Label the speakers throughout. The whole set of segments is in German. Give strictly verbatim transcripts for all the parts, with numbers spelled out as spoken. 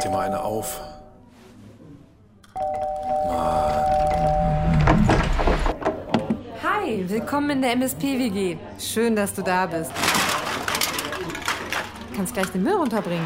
Speaker 1: dir mal eine auf.
Speaker 2: Hi, willkommen in der M S P W G. Schön, dass du da bist. Du kannst gleich den Müll runterbringen.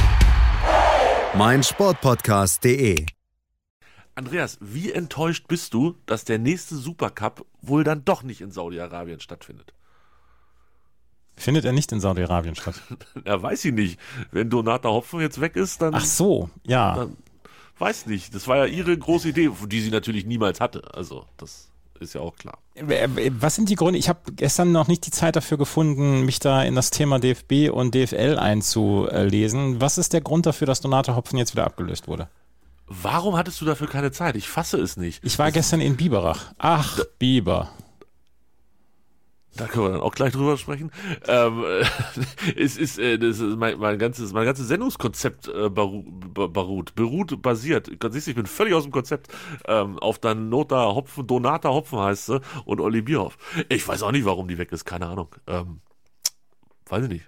Speaker 3: mein Sportpodcast punkt de
Speaker 4: Andreas, wie enttäuscht bist du, dass der nächste Supercup wohl dann doch nicht in Saudi-Arabien stattfindet?
Speaker 5: Findet er nicht in Saudi-Arabien statt?
Speaker 4: Ja, weiß ich nicht. Wenn Donata Hopfen jetzt weg ist, dann...
Speaker 5: Ach so, ja.
Speaker 4: Dann, weiß nicht. Das war ja ihre große Idee, die sie natürlich niemals hatte. Also, das ist ja auch klar.
Speaker 5: Was sind die Gründe? Ich habe gestern noch nicht die Zeit dafür gefunden, mich da in das Thema D F B und D F L einzulesen. Was ist der Grund dafür, dass Donata Hopfen jetzt wieder abgelöst wurde?
Speaker 4: Warum hattest du dafür keine Zeit? Ich fasse es nicht.
Speaker 5: Ich war das gestern in Biberach. Ach, da, Biber.
Speaker 4: Da können wir dann auch gleich drüber sprechen. Ähm, es ist, äh, das ist mein, mein ganzes, mein ganzes Sendungskonzept äh, beruht, beruht, basiert. Siehst du, ich bin völlig aus dem Konzept. Ähm, auf dann Nota Hopfen, Donata Hopfen heißt sie und Olli Bierhoff. Ich weiß auch nicht, warum die weg ist, keine Ahnung. Ähm, weiß ich nicht.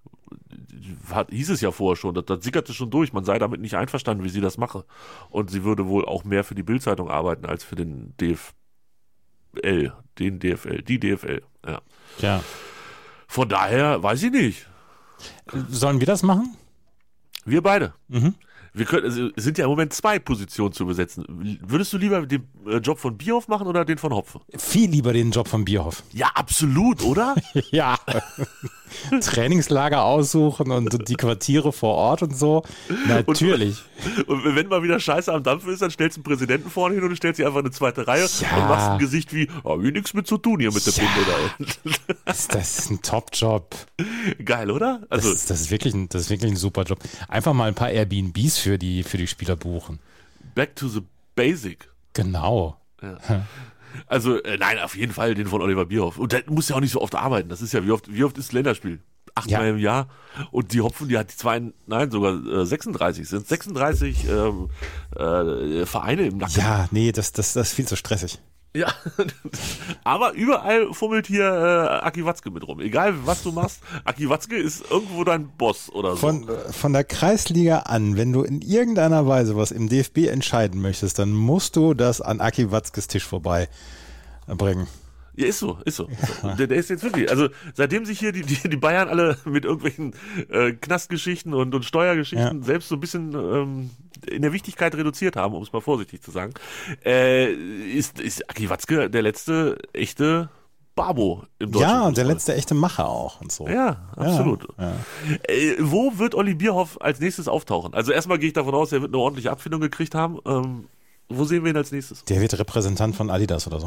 Speaker 4: Hat, hieß es ja vorher schon, das, das sickerte schon durch, man sei damit nicht einverstanden, wie sie das mache. Und sie würde wohl auch mehr für die Bild-Zeitung arbeiten als für den D F L, den D F L, die D F L. Ja.
Speaker 5: Ja.
Speaker 4: Von daher, weiß ich nicht.
Speaker 5: Sollen wir das machen?
Speaker 4: Wir beide.
Speaker 5: Mhm.
Speaker 4: Wir können, also, es sind ja im Moment zwei Positionen zu besetzen. Würdest du lieber den äh, Job von Bierhoff machen oder den von Hopfen?
Speaker 5: Viel lieber den Job von Bierhoff.
Speaker 4: Ja, absolut, oder?
Speaker 5: Ja. Trainingslager aussuchen und die Quartiere vor Ort und so. Natürlich.
Speaker 4: Und, und wenn mal wieder Scheiße am Dampfen ist, dann stellst du einen Präsidenten vorne hin und du stellst dir einfach eine zweite Reihe
Speaker 5: ja.
Speaker 4: und machst ein Gesicht wie, oh, wie nichts mit zu tun hier mit der
Speaker 5: ja.
Speaker 4: Bunde da.
Speaker 5: Das, das ist ein Top-Job.
Speaker 4: Geil, oder? Also
Speaker 5: das, das, ist wirklich ein, das ist wirklich ein super Job. Einfach mal ein paar Airbnbs für die, für die Spieler buchen.
Speaker 4: Back to the basic.
Speaker 5: Genau.
Speaker 4: Ja. Also, äh, nein, auf jeden Fall den von Oliver Bierhoff. Und der muss ja auch nicht so oft arbeiten. Das ist ja, wie oft, wie oft ist Länderspiel? Achtmal ja. im Jahr. Und die Hopfen, die hat die zwei, nein, sogar äh, sechsunddreißig, sind sechsunddreißig ähm, äh, Vereine im Nacken.
Speaker 5: Ja, nee, das, das, das ist viel zu stressig.
Speaker 4: Ja, aber überall fummelt hier äh, Aki Watzke mit rum. Egal, was du machst, Aki Watzke ist irgendwo dein Boss oder so.
Speaker 5: Von, von der Kreisliga an, wenn du in irgendeiner Weise was im D F B entscheiden möchtest, dann musst du das an Aki Watzkes Tisch vorbei bringen.
Speaker 4: Ja, ist so, ist so. Ja. Der, der ist jetzt wirklich, also seitdem sich hier die, die, die Bayern alle mit irgendwelchen äh, Knastgeschichten und, und Steuergeschichten ja. selbst so ein bisschen ähm, in der Wichtigkeit reduziert haben, um es mal vorsichtig zu sagen, äh, ist, ist Aki Watzke der letzte echte Babo im deutschen
Speaker 5: Ja, und der
Speaker 4: Fußball.
Speaker 5: letzte echte Macher auch und so.
Speaker 4: Ja, absolut.
Speaker 5: Ja, ja.
Speaker 4: Äh, wo wird Olli Bierhoff als nächstes auftauchen? Also erstmal gehe ich davon aus, er wird eine ordentliche Abfindung gekriegt haben. Ähm, wo sehen wir ihn als nächstes?
Speaker 5: Der wird Repräsentant von Adidas oder so.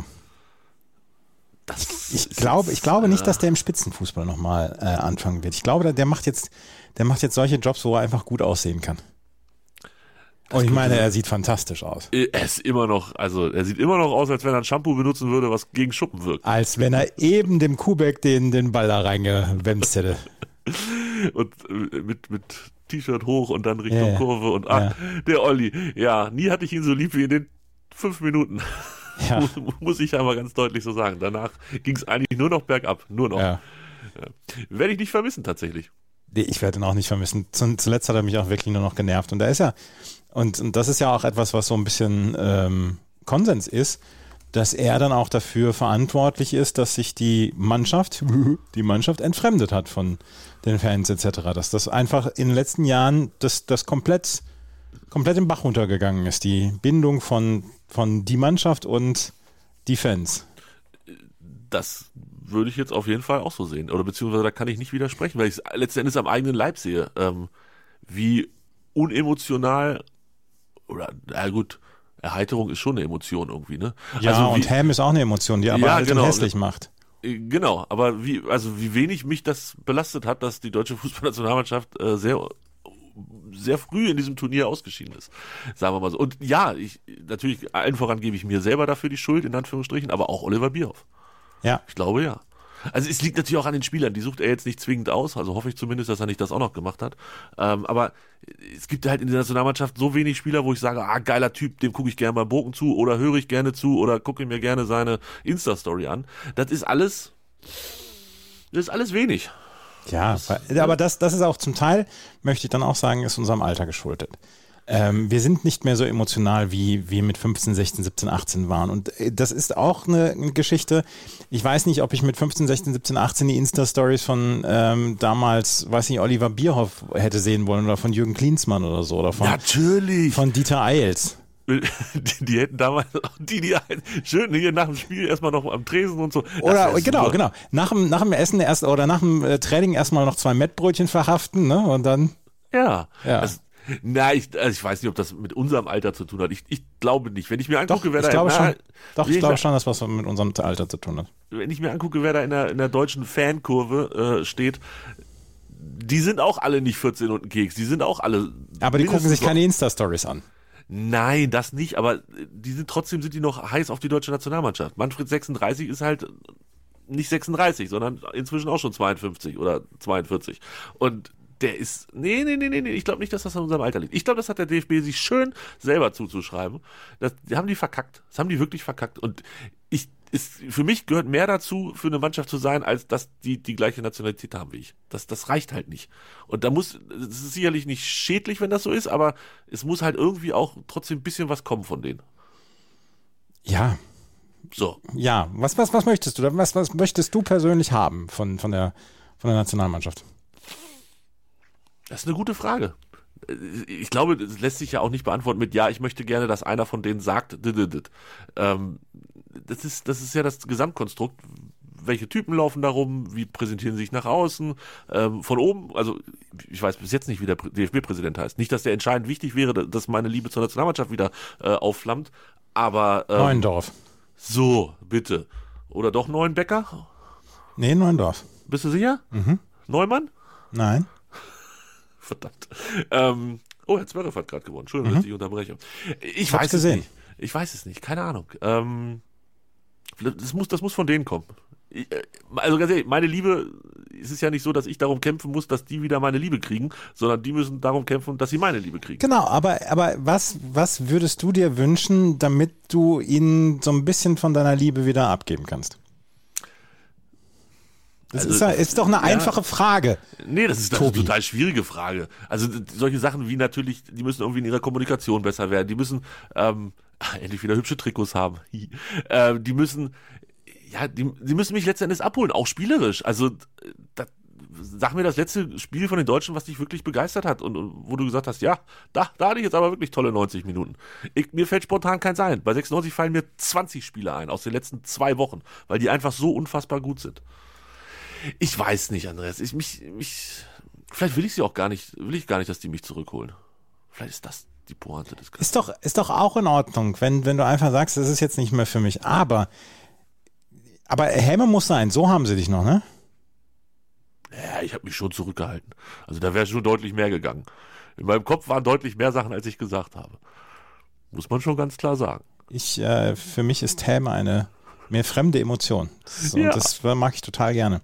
Speaker 4: Das
Speaker 5: ich glaube, ich glaube nicht, dass der im Spitzenfußball nochmal äh, anfangen wird. Ich glaube, der, der macht jetzt, der macht jetzt solche Jobs, wo er einfach gut aussehen kann. Das Und ich meine, er sieht fantastisch aus.
Speaker 4: Er ist immer noch, also er sieht immer noch aus, als wenn er ein Shampoo benutzen würde, was gegen Schuppen wirkt.
Speaker 5: Als wenn er eben dem Kubek den, den Ball da reingewemst hätte.
Speaker 4: Und mit, mit T-Shirt hoch und dann Richtung
Speaker 5: ja,
Speaker 4: Kurve und ach, ja. der Olli. Ja, nie hatte ich ihn so lieb wie in den fünf Minuten. Ja. Muss ich aber ganz deutlich so sagen. Danach ging es eigentlich nur noch bergab. Nur noch.
Speaker 5: Ja.
Speaker 4: Ja. Werde ich nicht vermissen, tatsächlich.
Speaker 5: Nee, ich werde ihn auch nicht vermissen. Zuletzt hat er mich auch wirklich nur noch genervt. Und da ist ja, und, und das ist ja auch etwas, was so ein bisschen ähm, Konsens ist, dass er dann auch dafür verantwortlich ist, dass sich die Mannschaft, die Mannschaft entfremdet hat von den Fans et cetera. Dass das einfach in den letzten Jahren das, das komplett, komplett im Bach runtergegangen ist. Die Bindung von von die Mannschaft und die Fans.
Speaker 4: Das würde ich jetzt auf jeden Fall auch so sehen. Oder beziehungsweise da kann ich nicht widersprechen, weil ich es letzten Endes am eigenen Leib sehe, ähm, wie unemotional oder, na gut, Erheiterung ist schon eine Emotion irgendwie, ne?
Speaker 5: Ja,
Speaker 4: also wie,
Speaker 5: und Ham ist auch eine Emotion, die aber
Speaker 4: ja,
Speaker 5: halt
Speaker 4: genau,
Speaker 5: hässlich macht.
Speaker 4: Genau, aber wie, also wie wenig mich das belastet hat, dass die deutsche Fußballnationalmannschaft äh, sehr sehr früh in diesem Turnier ausgeschieden ist, sagen wir mal so. Und ja, ich natürlich allen voran gebe ich mir selber dafür die Schuld, in Anführungsstrichen, aber auch Oliver Bierhoff.
Speaker 5: Ja.
Speaker 4: Ich glaube, ja. Also es liegt natürlich auch an den Spielern, die sucht er jetzt nicht zwingend aus, also hoffe ich zumindest, dass er nicht das auch noch gemacht hat. Ähm, aber es gibt halt in der Nationalmannschaft so wenig Spieler, wo ich sage, ah, geiler Typ, dem gucke ich gerne beim Boken zu oder höre ich gerne zu oder gucke mir gerne seine Insta-Story an. Das ist alles, das ist alles wenig.
Speaker 5: Ja, das, aber das, das ist auch zum Teil, möchte ich dann auch sagen, ist unserem Alter geschuldet. Ähm, wir sind nicht mehr so emotional, wie wir mit fünfzehn, sechzehn, siebzehn, achtzehn waren. Und das ist auch eine, eine Geschichte. Ich weiß nicht, ob ich mit fünfzehn, sechzehn, siebzehn, achtzehn die Insta-Stories von ähm, damals, weiß nicht, Oliver Bierhoff hätte sehen wollen oder von Jürgen Klinsmann oder so. Oder von,
Speaker 4: Natürlich.
Speaker 5: Von Dieter Eils.
Speaker 4: Die, die hätten damals, die, die schön hier nach dem Spiel erstmal noch am Tresen und so.
Speaker 5: Oder genau, super. genau. Nach dem, nach dem Essen erst oder nach dem äh, Training erstmal noch zwei Mettbrötchen verhaften, ne? Und dann.
Speaker 4: Ja.
Speaker 5: ja.
Speaker 4: Also, na, ich, also ich weiß nicht, ob das mit unserem Alter zu tun hat. Ich, ich glaube nicht. Wenn ich mir angucke,
Speaker 5: doch,
Speaker 4: wer
Speaker 5: ich
Speaker 4: da
Speaker 5: glaube
Speaker 4: na,
Speaker 5: schon, Doch, ich glaube
Speaker 4: da,
Speaker 5: schon, dass was mit unserem Alter zu tun hat.
Speaker 4: Wenn ich mir angucke, wer da in der, in der deutschen Fankurve äh, steht, die sind auch alle nicht vierzehn und ein Keks. Die sind auch alle.
Speaker 5: Aber die gucken sich keine Insta-Stories an.
Speaker 4: Nein, das nicht, aber die sind trotzdem sind die noch heiß auf die deutsche Nationalmannschaft. Manfred sechsunddreißig ist halt nicht sechsunddreißig, sondern inzwischen auch schon zweiundfünfzig oder zweiundvierzig. Und der ist, nee, nee, nee, nee, ich glaube nicht, dass das an unserem Alter liegt. Ich glaube, das hat der D F B sich schön selber zuzuschreiben. Das, die haben die verkackt. Das haben die wirklich verkackt. Und ich, ist, für mich gehört mehr dazu, für eine Mannschaft zu sein, als dass die die gleiche Nationalität haben wie ich. Das, das reicht halt nicht. Und da muss, es ist sicherlich nicht schädlich, wenn das so ist, aber es muss halt irgendwie auch trotzdem ein bisschen was kommen von denen.
Speaker 5: Ja.
Speaker 4: So.
Speaker 5: Ja, was, was, was möchtest du? Was, was möchtest du persönlich haben von, von, der, von der Nationalmannschaft?
Speaker 4: Das ist eine gute Frage. Ich glaube, das lässt sich ja auch nicht beantworten mit, ja, ich möchte gerne, dass einer von denen sagt, ähm, das ist, das ist ja das Gesamtkonstrukt. Welche Typen laufen da rum? Wie präsentieren sie sich nach außen? Ähm, von oben, also ich weiß bis jetzt nicht, wie der D F B-Präsident heißt. Nicht, dass der entscheidend wichtig wäre, dass meine Liebe zur Nationalmannschaft wieder äh, aufflammt, aber ähm,
Speaker 5: Neuendorf.
Speaker 4: So, bitte. Oder doch Neuenbecker?
Speaker 5: Nee, Neuendorf.
Speaker 4: Bist du sicher?
Speaker 5: Mhm.
Speaker 4: Neumann?
Speaker 5: Nein.
Speaker 4: Verdammt. Ähm, oh, Herr Zverev hat gerade gewonnen. Entschuldigung, mhm. dass ich unterbreche. Ich, ich weiß es
Speaker 5: gesehen.
Speaker 4: nicht. Ich weiß es nicht. Keine Ahnung. Ähm, das muss, das muss von denen kommen. Ich, also ganz ehrlich, meine Liebe, es ist ja nicht so, dass ich darum kämpfen muss, dass die wieder meine Liebe kriegen, sondern die müssen darum kämpfen, dass sie meine Liebe kriegen.
Speaker 5: Genau, aber, aber was, was würdest du dir wünschen, damit du ihnen so ein bisschen von deiner Liebe wieder abgeben kannst? Das also, ist, ja, ist doch eine ja, einfache Frage.
Speaker 4: Nee, das ist, das ist eine total schwierige Frage. Also solche Sachen wie natürlich, die müssen irgendwie in ihrer Kommunikation besser werden. Die müssen ähm, endlich wieder hübsche Trikots haben. äh, die müssen, ja, die, die müssen mich letzten Endes abholen, auch spielerisch. Also das, sag mir das letzte Spiel von den Deutschen, was dich wirklich begeistert hat und, und wo du gesagt hast, ja, da, da hatte ich jetzt aber wirklich tolle neunzig Minuten. Ich, mir fällt spontan keins ein. Bei sechsundneunzig fallen mir zwanzig Spiele ein aus den letzten zwei Wochen, weil die einfach so unfassbar gut sind. Ich weiß nicht, Andreas. Ich, mich, mich, vielleicht will ich sie auch gar nicht, will ich gar nicht, dass die mich zurückholen. Vielleicht ist das die Pointe des Ganzen.
Speaker 5: Ist doch, ist doch auch in Ordnung, wenn, wenn du einfach sagst, das ist jetzt nicht mehr für mich. Aber, aber Häme muss sein. So haben sie dich noch, ne?
Speaker 4: Ja, ich habe mich schon zurückgehalten. Also da wäre schon deutlich mehr gegangen. In meinem Kopf waren deutlich mehr Sachen, als ich gesagt habe. Muss man schon ganz klar sagen.
Speaker 5: Ich, äh, für mich ist Häme eine mehr fremde Emotion. So,
Speaker 4: ja.
Speaker 5: Und das mag ich total gerne.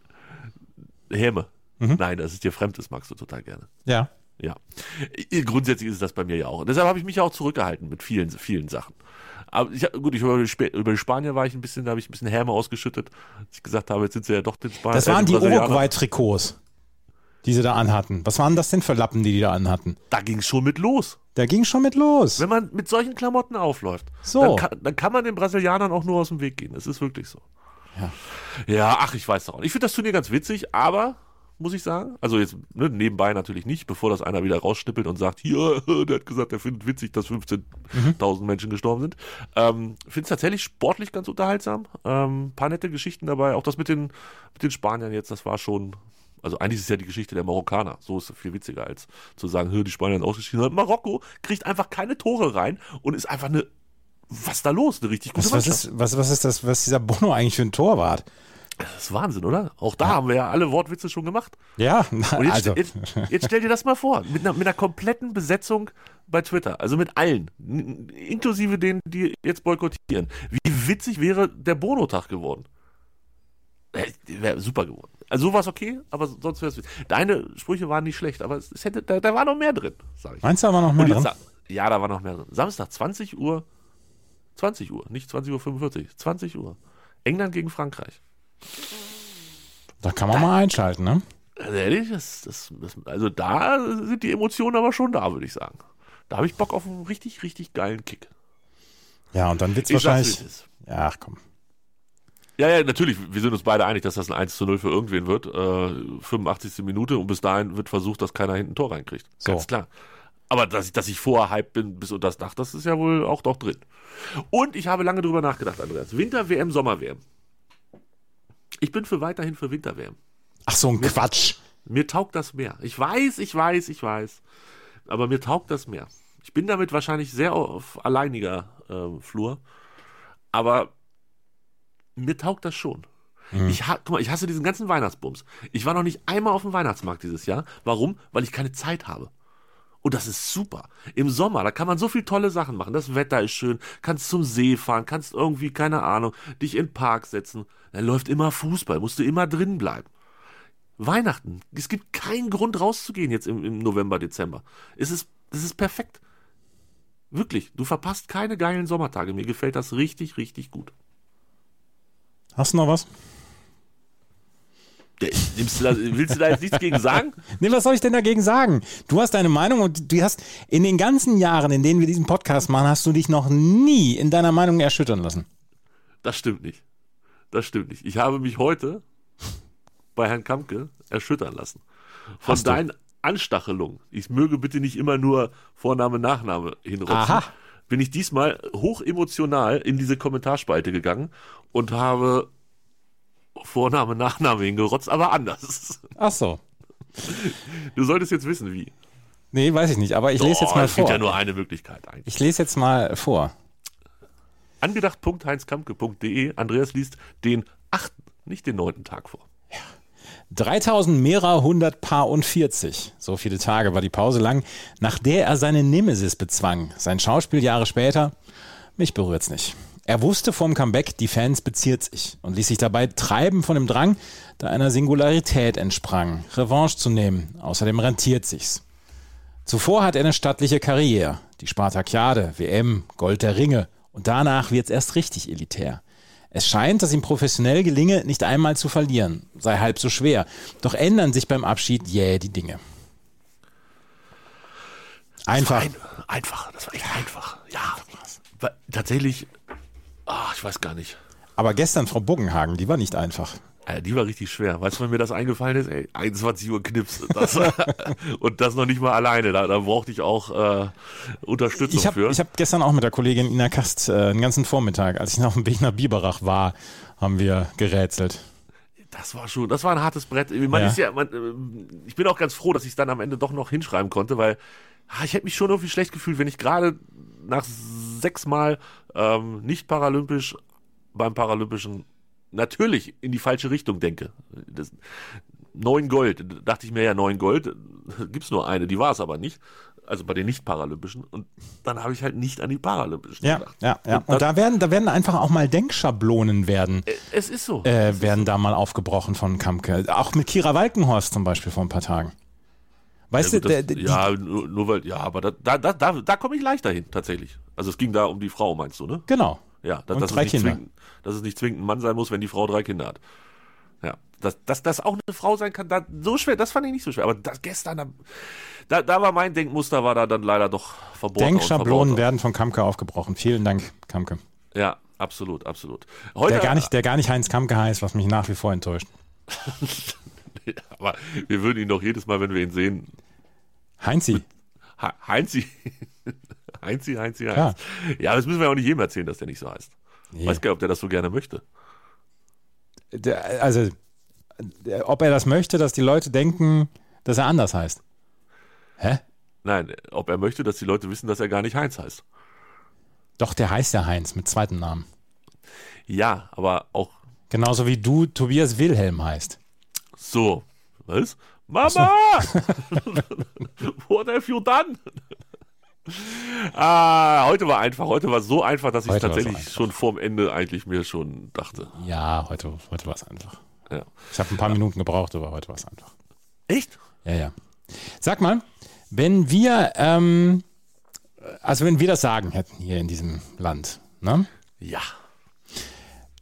Speaker 4: Häme.
Speaker 5: Mhm.
Speaker 4: Nein, dass es dir fremd ist, magst du total gerne.
Speaker 5: Ja.
Speaker 4: Ja. Grundsätzlich ist das bei mir ja auch. Und deshalb habe ich mich ja auch zurückgehalten mit vielen, vielen Sachen. Aber ich, gut, ich, über, die über die Spanier war ich ein bisschen, da habe ich ein bisschen Häme ausgeschüttet, als ich gesagt habe, jetzt sind sie ja doch den Spanier.
Speaker 5: Das waren äh, die Uruguay-Trikots, die sie da anhatten. Was waren das denn für Lappen, die die da anhatten?
Speaker 4: Da ging es schon mit los.
Speaker 5: Da ging schon mit los.
Speaker 4: Wenn man mit solchen Klamotten aufläuft,
Speaker 5: so.
Speaker 4: dann, kann, dann kann man den Brasilianern auch nur aus dem Weg gehen. Das ist wirklich so.
Speaker 5: Ja,
Speaker 4: ja ach, ich weiß doch auch. Ich finde das Turnier ganz witzig, aber, muss ich sagen, also jetzt ne, nebenbei natürlich nicht, bevor das einer wieder rausschnippelt und sagt, hier, der hat gesagt, er findet witzig, dass fünfzehntausend mhm. Menschen gestorben sind. Ähm, finde es tatsächlich sportlich ganz unterhaltsam. Ähm, paar nette Geschichten dabei. Auch das mit den, mit den Spaniern jetzt, das war schon, also eigentlich ist es ja die Geschichte der Marokkaner. So ist es viel witziger, als zu sagen, die Spanier sind ausgeschieden. Marokko kriegt einfach keine Tore rein und ist einfach eine, was ist da los? Eine richtig gute
Speaker 5: was, was ist, was, was ist das, was ist dieser Bono eigentlich für ein Torwart?
Speaker 4: Das ist Wahnsinn, oder? Auch da ja. haben wir ja alle Wortwitze schon gemacht.
Speaker 5: Ja,
Speaker 4: und jetzt,
Speaker 5: also.
Speaker 4: jetzt, jetzt stell dir das mal vor, mit einer, mit einer kompletten Besetzung bei Twitter, also mit allen, inklusive denen, die jetzt boykottieren. Wie witzig wäre der Bono-Tag geworden? Wäre super geworden. Also so war es okay, aber sonst wäre es. Deine Sprüche waren nicht schlecht, aber es hätte, da, da war noch mehr drin, sag ich.
Speaker 5: Meinst du, da war noch mehr drin?
Speaker 4: Ja, da war noch mehr drin. Samstag, zwanzig Uhr, zwanzig Uhr, nicht zwanzig Uhr fünfundvierzig, zwanzig Uhr. England gegen Frankreich.
Speaker 5: Da kann man da, mal einschalten, ne?
Speaker 4: Also ehrlich, das, das, das, also da sind die Emotionen aber schon da, würde ich sagen. Da habe ich Bock auf einen richtig, richtig geilen Kick.
Speaker 5: Ja, und dann wird es
Speaker 4: Ich sag's,
Speaker 5: wahrscheinlich...
Speaker 4: wie es ist.
Speaker 5: Ja, ach komm.
Speaker 4: Ja, ja, natürlich. Wir sind uns beide einig, dass das ein eins zu null für irgendwen wird. Äh, fünfundachtzigste Minute und bis dahin wird versucht, dass keiner hinten ein Tor reinkriegt.
Speaker 5: So.
Speaker 4: Ganz klar. Aber dass ich, dass ich vorher hyped bin bis unter das Dach, das ist ja wohl auch doch drin. Und ich habe lange drüber nachgedacht, Andreas. Winter-W M, Sommer-W M. Ich bin für weiterhin für Winter-W M.
Speaker 5: Ach so, ein Quatsch.
Speaker 4: Mir taugt das mehr. Ich weiß, ich weiß, ich weiß. Aber mir taugt das mehr. Ich bin damit wahrscheinlich sehr auf alleiniger äh, Flur. Aber mir taugt das schon. Mhm. Ich, ha- guck mal, ich hasse diesen ganzen Weihnachtsbums. Ich war noch nicht einmal auf dem Weihnachtsmarkt dieses Jahr. Warum? Weil ich keine Zeit habe. Und das ist super. Im Sommer, da kann man so viele tolle Sachen machen. Das Wetter ist schön. Kannst zum See fahren, kannst irgendwie, keine Ahnung, dich in den Park setzen. Da läuft immer Fußball, musst du immer drin bleiben. Weihnachten. Es gibt keinen Grund rauszugehen jetzt im, im November, Dezember. Es ist, es ist perfekt. Wirklich. Du verpasst keine geilen Sommertage. Mir gefällt das richtig, richtig gut.
Speaker 5: Hast du noch was?
Speaker 4: Ja, nimmst du da, willst du da jetzt nichts gegen sagen?
Speaker 5: Nee, was soll ich denn dagegen sagen? Du hast deine Meinung und du hast in den ganzen Jahren, in denen wir diesen Podcast machen, hast du dich noch nie in deiner Meinung erschüttern lassen.
Speaker 4: Das stimmt nicht. Das stimmt nicht. Ich habe mich heute bei Herrn Kamke erschüttern lassen. Von
Speaker 5: Hast du?
Speaker 4: deinen Anstachelungen. Ich möge bitte nicht immer nur Vorname, Nachname hinrotzen.
Speaker 5: Aha.
Speaker 4: Bin ich diesmal hoch emotional in diese Kommentarspalte gegangen und habe Vorname, Nachname hingerotzt, aber anders.
Speaker 5: Ach so.
Speaker 4: Du solltest jetzt wissen, wie.
Speaker 5: Nee, weiß ich nicht, aber ich lese
Speaker 4: Oh,
Speaker 5: jetzt mal
Speaker 4: es gibt
Speaker 5: vor.
Speaker 4: ja nur eine Möglichkeit eigentlich.
Speaker 5: Ich lese jetzt mal vor.
Speaker 4: Angedacht punkt heinz kamke punkt de. Andreas liest den achten, nicht den neunten Tag vor.
Speaker 5: dreitausend mehrer hundert Paar und vierzig. So viele Tage war die Pause lang, nach der er seine Nemesis bezwang. Sein Schauspiel Jahre später, mich berührt's nicht. Er wusste vom Comeback, die Fans beziert sich und ließ sich dabei treiben von dem Drang, der einer Singularität entsprang, Revanche zu nehmen. Außerdem rentiert sich's. Zuvor hat er eine stattliche Karriere. Die Spartakiade, W M, Gold der Ringe. Und danach wird's erst richtig elitär. Es scheint, dass ihm professionell gelinge, nicht einmal zu verlieren. Sei halb so schwer. Doch ändern sich beim Abschied jäh die Dinge. Einfach.
Speaker 4: Das war ein, einfach, das war echt einfach. Ja, war, tatsächlich, ach, ich weiß gar nicht.
Speaker 5: Aber gestern Frau Buggenhagen, die war nicht einfach.
Speaker 4: Ja, die war richtig schwer. Weißt du, wenn mir das eingefallen ist? Ey, einundzwanzig Uhr Knips. Das, und das noch nicht mal alleine. Da, da brauchte ich auch äh, Unterstützung
Speaker 5: Ich habe
Speaker 4: für.
Speaker 5: ich hab gestern auch mit der Kollegin Ina Kast äh, den ganzen Vormittag, als ich noch auf dem Weg nach Biberach war, haben wir gerätselt.
Speaker 4: Das war schon, das war ein hartes Brett. Man
Speaker 5: Ja.
Speaker 4: ist ja, man, äh, ich bin auch ganz froh, dass ich es dann am Ende doch noch hinschreiben konnte, weil ah, ich hätte mich schon irgendwie schlecht gefühlt, wenn ich gerade nach sechsmal ähm, nicht paralympisch beim Paralympischen natürlich in die falsche Richtung denke. Das, neun Gold, da dachte ich mir ja, neun Gold, gibt's nur eine, die war es aber nicht. Also bei den nicht-Paralympischen. Und dann habe ich halt nicht an die Paralympischen
Speaker 5: Ja,
Speaker 4: gedacht.
Speaker 5: ja, ja. Und,
Speaker 4: Und
Speaker 5: da werden, da werden einfach auch mal Denkschablonen werden,
Speaker 4: Äh, Es ist so.
Speaker 5: äh, werden da mal aufgebrochen von Kamke. Auch mit Kira Walkenhorst zum Beispiel vor ein paar Tagen. Weißt
Speaker 4: Ja,
Speaker 5: du,
Speaker 4: gut,
Speaker 5: der,
Speaker 4: das,
Speaker 5: die,
Speaker 4: ja, nur, nur weil, ja, aber da, da, da, da, da komme ich leichter hin, tatsächlich. Also es ging da um die Frau, meinst du, ne?
Speaker 5: genau.
Speaker 4: Ja, dass,
Speaker 5: Und
Speaker 4: dass,
Speaker 5: drei
Speaker 4: es nicht
Speaker 5: Kinder.
Speaker 4: zwingend, dass es nicht zwingend ein Mann sein muss, wenn die Frau drei Kinder hat. Ja, dass, dass das auch eine Frau sein kann, da, so schwer, das fand ich nicht so schwer. Aber das gestern, da, da war mein Denkmuster, war da dann leider doch verboten.
Speaker 5: Denkschablonen werden von Kamke aufgebrochen. Vielen Dank, Kamke.
Speaker 4: Ja, absolut, absolut. Heute,
Speaker 5: Der gar nicht, der gar nicht Heinz Kamke heißt, was mich nach wie vor enttäuscht.
Speaker 4: aber wir würden ihn doch jedes Mal, wenn wir ihn sehen,
Speaker 5: Heinzi.
Speaker 4: Ha- Heinzi, Heinzi, Heinzi,
Speaker 5: Ja.
Speaker 4: Heinz. Ja, das müssen wir auch nicht jedem erzählen, dass der nicht so heißt.
Speaker 5: Nee.
Speaker 4: Weiß gar nicht, ob der das so gerne möchte.
Speaker 5: Der, also, der, ob er das möchte, dass die Leute denken, dass er anders heißt. Hä?
Speaker 4: Nein, ob er möchte, dass die Leute wissen, dass er gar nicht Heinz heißt.
Speaker 5: Doch, der heißt ja Heinz mit zweitem Namen.
Speaker 4: Ja, aber auch
Speaker 5: Genauso wie du Tobias Wilhelm heißt.
Speaker 4: so. Was? Mama! What have you done? Ah, heute war einfach. Heute war so einfach, dass ich
Speaker 5: Heute war so
Speaker 4: tatsächlich
Speaker 5: einfach.
Speaker 4: schon vorm Ende eigentlich mir schon dachte.
Speaker 5: Ja, heute, heute war es einfach.
Speaker 4: Ja.
Speaker 5: Ich habe ein paar Minuten gebraucht, aber heute war es einfach.
Speaker 4: Echt?
Speaker 5: Ja, ja. Sag mal, wenn wir, ähm, also wenn wir das Sagen hätten hier in diesem Land, ne?
Speaker 4: Ja.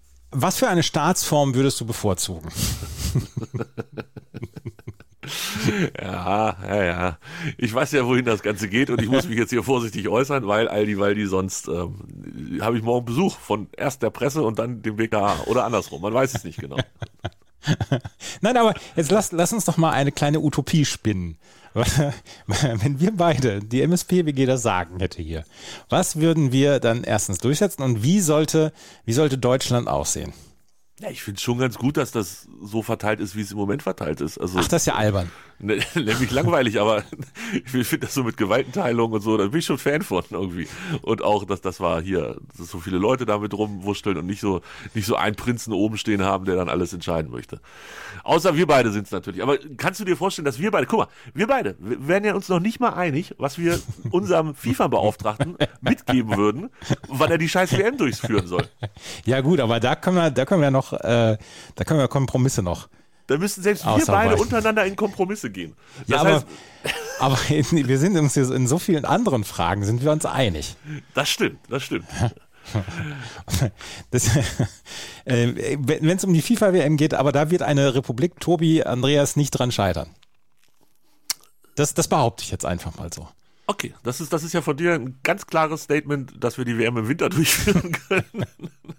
Speaker 5: Was für eine Staatsform würdest du bevorzugen?
Speaker 4: Ja, ja, ja. Ich weiß ja, wohin das Ganze geht und ich muss mich jetzt hier vorsichtig äußern, weil Aldi, weil die sonst ähm, habe ich morgen Besuch von erst der Presse und dann dem W K H oder andersrum. Man weiß es nicht genau.
Speaker 5: Nein, aber jetzt lass, lass uns doch mal eine kleine Utopie spinnen. Wenn wir beide, die M S P W G, das Sagen hätte hier, was würden wir dann erstens durchsetzen und wie sollte, wie sollte Deutschland aussehen?
Speaker 4: Ja, ich finde es schon ganz gut, dass das so verteilt ist, wie es im Moment verteilt ist. Also,
Speaker 5: Ach, das ist ja albern.
Speaker 4: Ne, nämlich langweilig, aber ich finde das so mit Gewaltenteilung und so, da bin ich schon Fan von irgendwie. Und auch, dass das war hier, dass so viele Leute damit rumwurschteln und nicht so, nicht so einen Prinzen oben stehen haben, der dann alles entscheiden möchte. Außer wir beide sind es natürlich. Aber kannst du dir vorstellen, dass wir beide, guck mal, wir beide, wir wären ja uns noch nicht mal einig, was wir unserem FIFA-Beauftragten mitgeben würden, wann er die scheiß W M durchführen soll.
Speaker 5: Ja gut, aber da können wir, da können wir noch, äh, da können wir Kompromisse noch.
Speaker 4: Da müssen selbst wir beide untereinander in Kompromisse gehen. Das
Speaker 5: ja, aber,
Speaker 4: heißt,
Speaker 5: aber wir sind uns in so vielen anderen Fragen sind wir uns einig.
Speaker 4: Das stimmt, das stimmt.
Speaker 5: Das, äh, wenn es um die FIFA-W M geht, aber da wird eine Republik Tobi Andreas nicht dran scheitern. Das, das behaupte ich jetzt einfach mal so.
Speaker 4: Okay, das ist, das ist ja von dir ein ganz klares Statement, dass wir die W M im Winter durchführen können.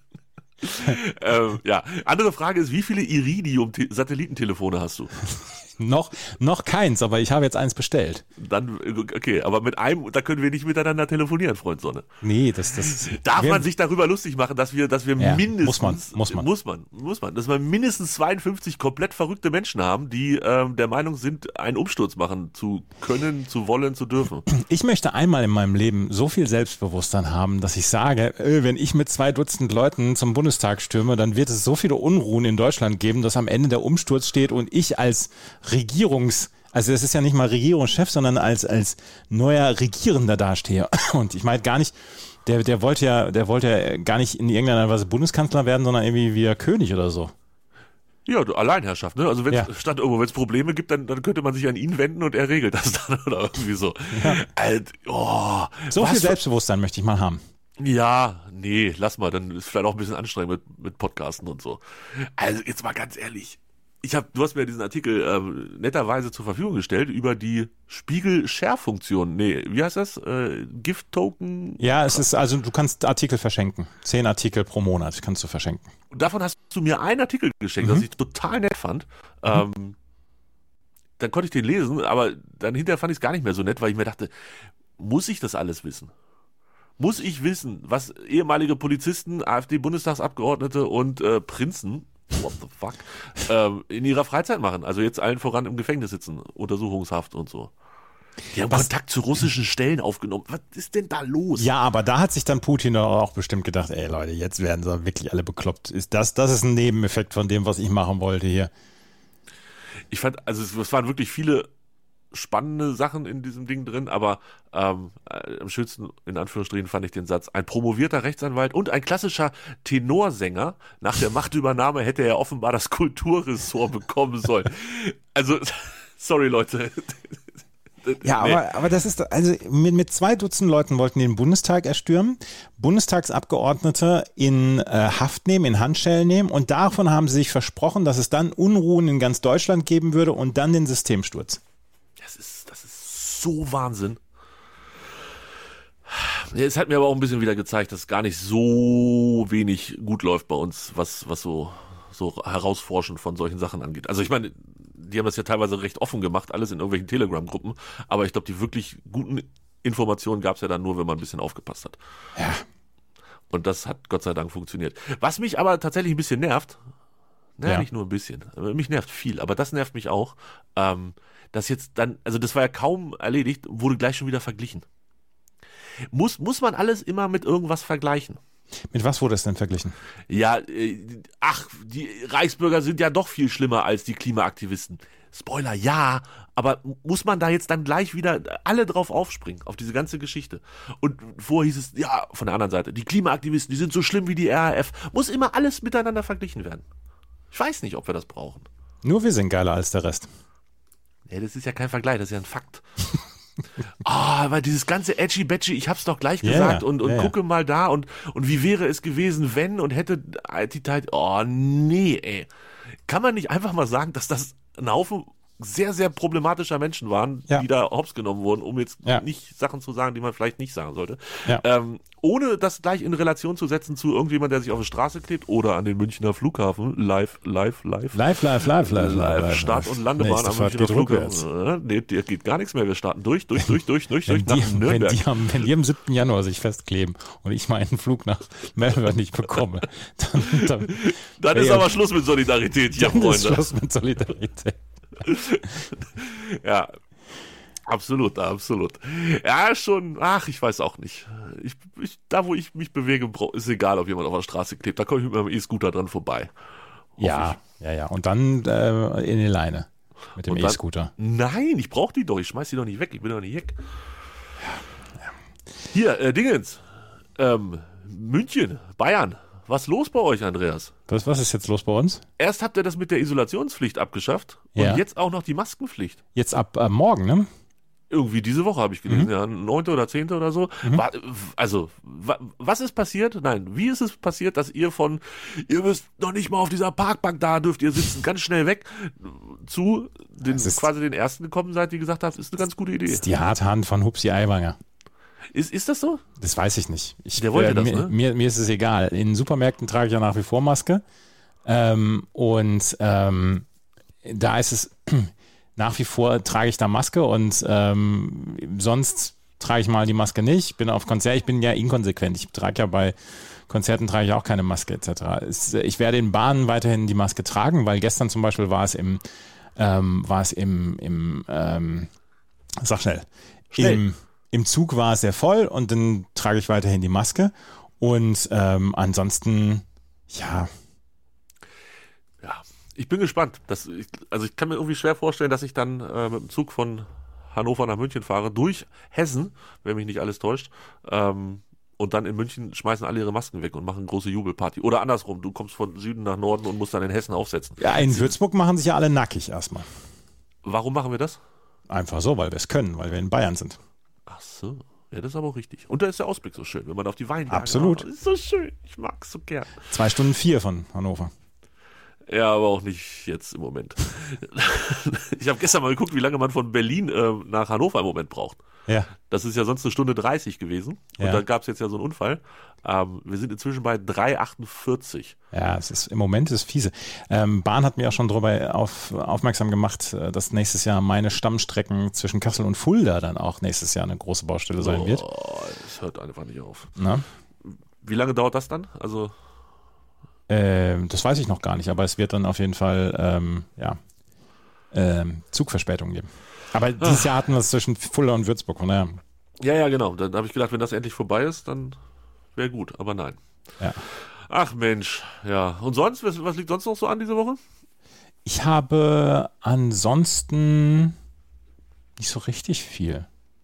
Speaker 4: ähm, ja, andere Frage ist, wie viele Iridium-Satellitentelefone hast du?
Speaker 5: noch, noch keins, aber ich habe jetzt eins bestellt.
Speaker 4: Dann, okay, aber mit einem, da können wir nicht miteinander telefonieren, Freund Sonne.
Speaker 5: Nee, das, das.
Speaker 4: Darf man sich darüber lustig machen, dass wir, dass wir
Speaker 5: ja,
Speaker 4: mindestens,
Speaker 5: muss man, muss man,
Speaker 4: muss man, muss man, dass wir mindestens zweiundfünfzig komplett verrückte Menschen haben, die ähm, der Meinung sind, einen Umsturz machen zu können, zu wollen, zu dürfen.
Speaker 5: Ich möchte einmal in meinem Leben so viel Selbstbewusstsein haben, dass ich sage, äh, wenn ich mit zwei Dutzend Leuten zum Bundestag stürme, dann wird es so viele Unruhen in Deutschland geben, dass am Ende der Umsturz steht und ich als Regierungs, also es ist ja nicht mal Regierungschef, sondern als, als neuer Regierender dastehe. Und ich meine gar nicht, der, der wollte ja, der wollte ja gar nicht in irgendeiner Weise Bundeskanzler werden, sondern irgendwie wie König oder so.
Speaker 4: Ja, Alleinherrschaft, ne? Also wenn es
Speaker 5: ja.
Speaker 4: statt irgendwo, wenn es Probleme gibt, dann, dann könnte man sich an ihn wenden und er regelt das dann oder irgendwie so.
Speaker 5: Ja.
Speaker 4: Alt, oh,
Speaker 5: so viel Selbstbewusstsein möchte ich mal haben.
Speaker 4: Ja, nee, lass mal, dann ist vielleicht auch ein bisschen anstrengend mit, mit Podcasten und so. Also jetzt mal ganz ehrlich, ich hab, du hast mir diesen Artikel ähm, netterweise zur Verfügung gestellt über die Spiegel-Share-Funktion. Nee, wie heißt das? Äh, Gift-Token?
Speaker 5: Ja, es ist, also du kannst Artikel verschenken. Zehn Artikel pro Monat kannst du verschenken.
Speaker 4: Und davon hast du mir einen Artikel geschenkt, mhm. was ich total nett fand. Mhm. Ähm, dann konnte ich den lesen, aber dann hinterher fand ich es gar nicht mehr so nett, weil ich mir dachte, muss ich das alles wissen? Muss ich wissen, was ehemalige Polizisten, AfD-Bundestagsabgeordnete und äh, Prinzen, what the fuck, ähm, in ihrer Freizeit machen? Also jetzt allen voran im Gefängnis sitzen, Untersuchungshaft und so. Die haben was? Kontakt zu russischen Stellen aufgenommen. Was ist denn da los?
Speaker 5: Ja, aber da hat sich dann Putin auch bestimmt gedacht, ey Leute, jetzt werden sie wirklich alle bekloppt. Ist das, das ist ein Nebeneffekt von dem, was ich machen wollte hier.
Speaker 4: Ich fand, also es, es waren wirklich viele spannende Sachen in diesem Ding drin, aber ähm, äh, am schönsten, in Anführungsstrichen, fand ich den Satz: Ein promovierter Rechtsanwalt und ein klassischer Tenorsänger. Nach der Machtübernahme hätte er offenbar das Kulturressort bekommen sollen. Also, sorry Leute.
Speaker 5: Ja, nee. aber, aber das ist, also mit, mit zwei Dutzend Leuten wollten die den Bundestag erstürmen, Bundestagsabgeordnete in äh, Haft nehmen, in Handschellen nehmen, und davon haben sie sich versprochen, dass es dann Unruhen in ganz Deutschland geben würde und dann den Systemsturz.
Speaker 4: Das ist, das ist so Wahnsinn. Es hat mir aber auch ein bisschen wieder gezeigt, dass gar nicht so wenig gut läuft bei uns, was, was so, so Herausforschen von solchen Sachen angeht. Also ich meine, die haben das ja teilweise recht offen gemacht, alles in irgendwelchen Telegram-Gruppen, aber ich glaube, die wirklich guten Informationen gab es ja dann nur, wenn man ein bisschen aufgepasst hat.
Speaker 5: Ja.
Speaker 4: Und das hat Gott sei Dank funktioniert. Was mich aber tatsächlich ein bisschen nervt, naja,
Speaker 5: ja.
Speaker 4: nicht nur ein bisschen, mich nervt viel, aber das nervt mich auch, ähm, dass jetzt dann, also das war ja kaum erledigt, wurde gleich schon wieder verglichen. Muss, muss man alles immer mit irgendwas vergleichen?
Speaker 5: Mit was wurde es denn verglichen?
Speaker 4: Ja, äh, ach, die Reichsbürger sind ja doch viel schlimmer als die Klimaaktivisten. Spoiler, ja, aber muss man da jetzt dann gleich wieder alle drauf aufspringen, auf diese ganze Geschichte? Und vorher hieß es, ja, von der anderen Seite, die Klimaaktivisten, die sind so schlimm wie die R A F. Muss immer alles miteinander verglichen werden. Ich weiß nicht, ob wir das brauchen.
Speaker 5: Nur wir sind geiler als der Rest.
Speaker 4: Ja, das ist ja kein Vergleich, das ist ja ein Fakt. Ah, oh, aber dieses ganze Edgy-Badgy, ich hab's doch gleich gesagt, yeah, und, und yeah. gucke mal da und, und wie wäre es gewesen, wenn und hätte die Zeit, oh nee, ey. Kann man nicht einfach mal sagen, dass das ein Haufen sehr, sehr problematischer Menschen waren,
Speaker 5: Ja.
Speaker 4: die da hops genommen wurden, um jetzt
Speaker 5: Ja.
Speaker 4: nicht Sachen zu sagen, die man vielleicht nicht sagen sollte.
Speaker 5: Ja.
Speaker 4: Ähm, ohne das gleich in Relation zu setzen zu irgendjemand, der sich auf die Straße klebt oder an den Münchner Flughafen. Live, live, live.
Speaker 5: Live, live, live, live, live, live.
Speaker 4: Start- und Landebahn
Speaker 5: Nächste
Speaker 4: am
Speaker 5: Fahrt
Speaker 4: Münchner
Speaker 5: geht rückwärts.
Speaker 4: Flughafen. Äh, Nee, der geht gar nichts mehr. Wir starten durch, durch, durch, durch, durch,
Speaker 5: Wenn
Speaker 4: durch
Speaker 5: die,
Speaker 4: nach
Speaker 5: wenn,
Speaker 4: Nürnberg.
Speaker 5: die am, wenn die am siebten Januar sich festkleben und ich meinen Flug nach Melbourne nicht bekomme, dann, dann,
Speaker 4: Dann ist aber Schluss mit Solidarität hier,
Speaker 5: dann ist
Speaker 4: Freunde.
Speaker 5: Schluss mit Solidarität.
Speaker 4: Ja, absolut, absolut. Ja, schon, ach, ich weiß auch nicht. Ich, ich, da, wo ich mich bewege, brauch- ist egal, ob jemand auf der Straße klebt. Da komme ich mit meinem E-Scooter dran vorbei. Hoffe
Speaker 5: Ja, ja, ja. Und dann äh, in die Leine mit dem
Speaker 4: Und dann-
Speaker 5: E-Scooter.
Speaker 4: Nein, ich brauche die doch. Ich schmeiß die doch nicht weg. Ich bin doch nicht weg. Hier, äh, Dingens. Ähm, München, Bayern. Was los bei euch, Andreas?
Speaker 5: Was, was ist jetzt los bei uns?
Speaker 4: Erst habt ihr das mit der Isolationspflicht abgeschafft und
Speaker 5: Ja.
Speaker 4: jetzt auch noch die Maskenpflicht.
Speaker 5: Jetzt ab äh, morgen, ne?
Speaker 4: Irgendwie diese Woche habe ich gelesen,
Speaker 5: Mhm.
Speaker 4: ja, neunte oder zehnte oder so. Wa- Also, wa- was ist passiert? Nein, wie ist es passiert, dass ihr von, ihr müsst noch nicht mal auf dieser Parkbank da, dürft ihr sitzen, ganz schnell weg, zu den,
Speaker 5: Es ist-
Speaker 4: quasi den ersten gekommen seid, die gesagt habt, ist eine ganz gute Idee.
Speaker 5: Das ist die harte Hand von Hupsi Aiwanger.
Speaker 4: Ist, ist das so?
Speaker 5: Das weiß ich nicht. Ich,
Speaker 4: Der wollte
Speaker 5: äh,
Speaker 4: das,
Speaker 5: mir,
Speaker 4: ne?
Speaker 5: mir, mir ist es egal. In Supermärkten trage ich ja nach wie vor Maske. Ähm, und ähm, da ist es, nach wie vor trage ich da Maske und ähm, sonst trage ich mal die Maske nicht. Bin auf Konzert, ich bin ja inkonsequent. Ich trage ja bei Konzerten trage ich auch keine Maske et cetera. Es, ich werde in Bahnen weiterhin die Maske tragen, weil gestern zum Beispiel war es im, ähm, war es im, im ähm, sag schnell,
Speaker 4: Schnell.
Speaker 5: im Im Zug war es sehr voll und dann trage ich weiterhin die Maske. Und ähm, ansonsten, ja,
Speaker 4: Ja, ich bin gespannt. Das, ich, also ich kann mir irgendwie schwer vorstellen, dass ich dann äh, mit dem Zug von Hannover nach München fahre, durch Hessen, wenn mich nicht alles täuscht. Ähm, und dann in München schmeißen alle ihre Masken weg und machen eine große Jubelparty. Oder andersrum, du kommst von Süden nach Norden und musst dann in Hessen aufsetzen.
Speaker 5: ja, in Würzburg machen sich ja alle nackig erstmal.
Speaker 4: Warum machen wir das?
Speaker 5: Einfach so, weil wir es können, weil wir in Bayern sind.
Speaker 4: Ach so, ja, das ist aber auch richtig. Und da ist der Ausblick so schön, wenn man auf die Weinberge...
Speaker 5: Absolut.
Speaker 4: Oh, das ist so schön, ich mag es so gern.
Speaker 5: Zwei Stunden vier von Hannover.
Speaker 4: Ja, aber auch nicht jetzt im Moment. Ich habe gestern mal geguckt, wie lange man von Berlin äh, nach Hannover im Moment braucht.
Speaker 5: Ja.
Speaker 4: Das ist ja sonst eine Stunde dreißig gewesen. Und
Speaker 5: Ja.
Speaker 4: dann gab es jetzt ja so einen Unfall. Ähm, wir sind inzwischen bei drei achtundvierzig.
Speaker 5: Ja, es ist im Moment ist fiese. Ähm, Bahn hat mir auch schon darüber auf, aufmerksam gemacht, äh, dass nächstes Jahr meine Stammstrecken zwischen Kassel und Fulda dann auch nächstes Jahr eine große Baustelle sein wird.
Speaker 4: Oh, das hört einfach nicht auf.
Speaker 5: Na?
Speaker 4: Wie lange dauert das dann? Also,
Speaker 5: Ähm, das weiß ich noch gar nicht, aber es wird dann auf jeden Fall ähm, ja, ähm, Zugverspätungen geben. Aber dieses Jahr hatten wir es zwischen Fulda und Würzburg, von daher.
Speaker 4: ja, ja, genau. Dann habe ich gedacht, wenn das endlich vorbei ist, dann wäre gut. Aber nein.
Speaker 5: Ja.
Speaker 4: Ach Mensch, ja. Und sonst, was, was liegt sonst noch so an diese Woche?
Speaker 5: Ich habe ansonsten nicht so richtig viel.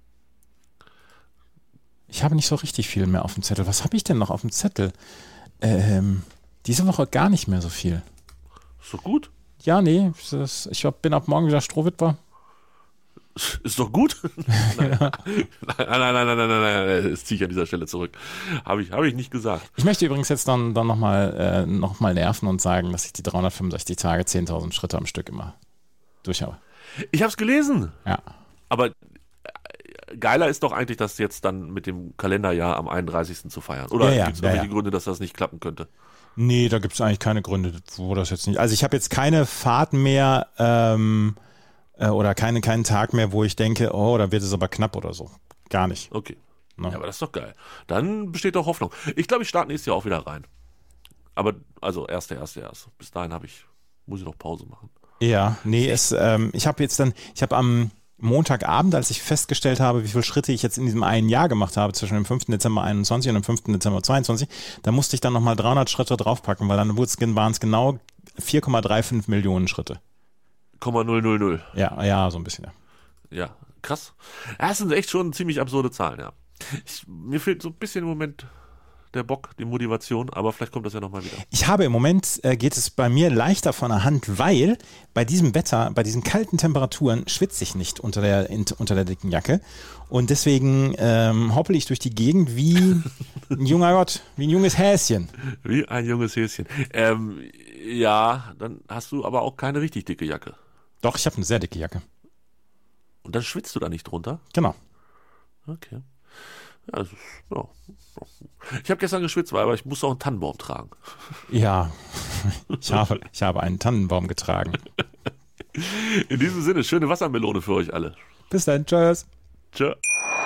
Speaker 5: Ich habe nicht so richtig viel mehr auf dem Zettel. Was habe ich denn noch auf dem Zettel? Ähm, diese Woche gar nicht mehr so viel.
Speaker 4: Ist doch gut.
Speaker 5: Ja, nee, das, ich hab, bin ab morgen wieder Strohwitwer.
Speaker 4: Ist doch gut. nein, nein, nein, nein, nein, nein, nein, das ziehe ich an dieser Stelle zurück. Habe ich, habe ich nicht gesagt.
Speaker 5: Ich möchte übrigens jetzt dann, dann nochmal äh, noch mal nerven und sagen, dass ich die dreihundertfünfundsechzig Tage zehntausend Schritte am Stück immer durch habe.
Speaker 4: Ich habe es gelesen.
Speaker 5: Ja.
Speaker 4: Aber äh, geiler ist doch eigentlich, das jetzt dann mit dem Kalenderjahr am einunddreißigsten zu feiern. Oder
Speaker 5: Ja, ja,
Speaker 4: gibt es
Speaker 5: ja,
Speaker 4: irgendwelche
Speaker 5: ja.
Speaker 4: Gründe, dass das nicht klappen könnte?
Speaker 5: Nee, da gibt es eigentlich keine Gründe, wo das jetzt nicht. Also ich habe jetzt keine Fahrt mehr ähm, äh, oder keine, keinen Tag mehr, wo ich denke, oh, da wird es aber knapp oder so. Gar nicht.
Speaker 4: Okay.
Speaker 5: Ne?
Speaker 4: Ja, aber das ist doch geil. Dann besteht doch Hoffnung. Ich glaube, ich starte nächstes Jahr auch wieder rein. Aber, also, erste, erste, erste. Bis dahin habe ich, muss ich noch Pause machen.
Speaker 5: Ja, nee, es, ähm, ich habe jetzt dann, ich habe am Montagabend, als ich festgestellt habe, wie viele Schritte ich jetzt in diesem einen Jahr gemacht habe, zwischen dem fünften Dezember einundzwanzig und dem fünften Dezember zweiundzwanzig, da musste ich dann nochmal dreihundert Schritte draufpacken, weil dann waren es genau vier Komma fünfunddreißig Millionen Schritte.
Speaker 4: null null null null.
Speaker 5: Ja, ja, so ein bisschen, ja.
Speaker 4: Ja, krass. Ja, das sind echt schon ziemlich absurde Zahlen, ja. Ich, mir fehlt so ein bisschen im Moment der Bock, die Motivation, aber vielleicht kommt das ja nochmal wieder.
Speaker 5: Ich habe im Moment, äh, geht es bei mir leichter von der Hand, weil bei diesem Wetter, bei diesen kalten Temperaturen schwitze ich nicht unter der, in, unter der dicken Jacke und deswegen ähm, hoppel ich durch die Gegend wie ein junger Gott, wie ein junges Häschen.
Speaker 4: Wie ein junges Häschen. Ähm, ja, dann hast du aber auch keine richtig dicke Jacke.
Speaker 5: Doch, ich habe eine sehr dicke Jacke.
Speaker 4: Und dann schwitzt du da nicht drunter?
Speaker 5: Genau.
Speaker 4: Okay. Ja, also, ja. Ich habe gestern geschwitzt, aber ich musste auch einen Tannenbaum tragen.
Speaker 5: Ja, ich habe, ich habe einen Tannenbaum getragen.
Speaker 4: In diesem Sinne, schöne Wassermelone für euch alle.
Speaker 5: Bis dann, tschüss.
Speaker 4: Tschö.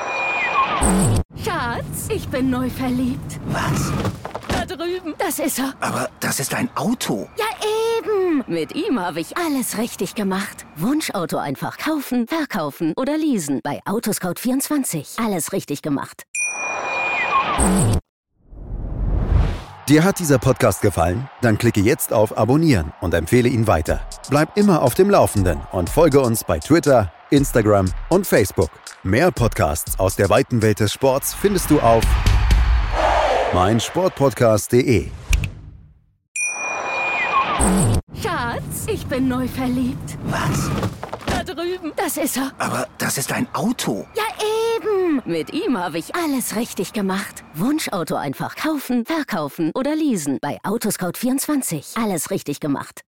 Speaker 1: Schatz, ich bin neu verliebt.
Speaker 6: Was?
Speaker 1: Da drüben. Das ist er.
Speaker 6: Aber das ist ein Auto.
Speaker 1: Ja, eben. Mit ihm habe ich alles richtig gemacht. Wunschauto einfach kaufen, verkaufen oder leasen. Bei Autoscout vierundzwanzig. Alles richtig gemacht.
Speaker 3: Dir hat dieser Podcast gefallen? Dann klicke jetzt auf Abonnieren und empfehle ihn weiter. Bleib immer auf dem Laufenden und folge uns bei Twitter, Instagram und Facebook. Mehr Podcasts aus der weiten Welt des Sports findest du auf meinsportpodcast punkt de.
Speaker 1: Schatz, ich bin neu verliebt.
Speaker 6: Was?
Speaker 1: Da drüben. Das ist er.
Speaker 6: Aber das ist ein Auto.
Speaker 1: Ja, eben. Mit ihm habe ich alles richtig gemacht. Wunschauto einfach kaufen, verkaufen oder leasen. Bei Autoscout vierundzwanzig. Alles richtig gemacht.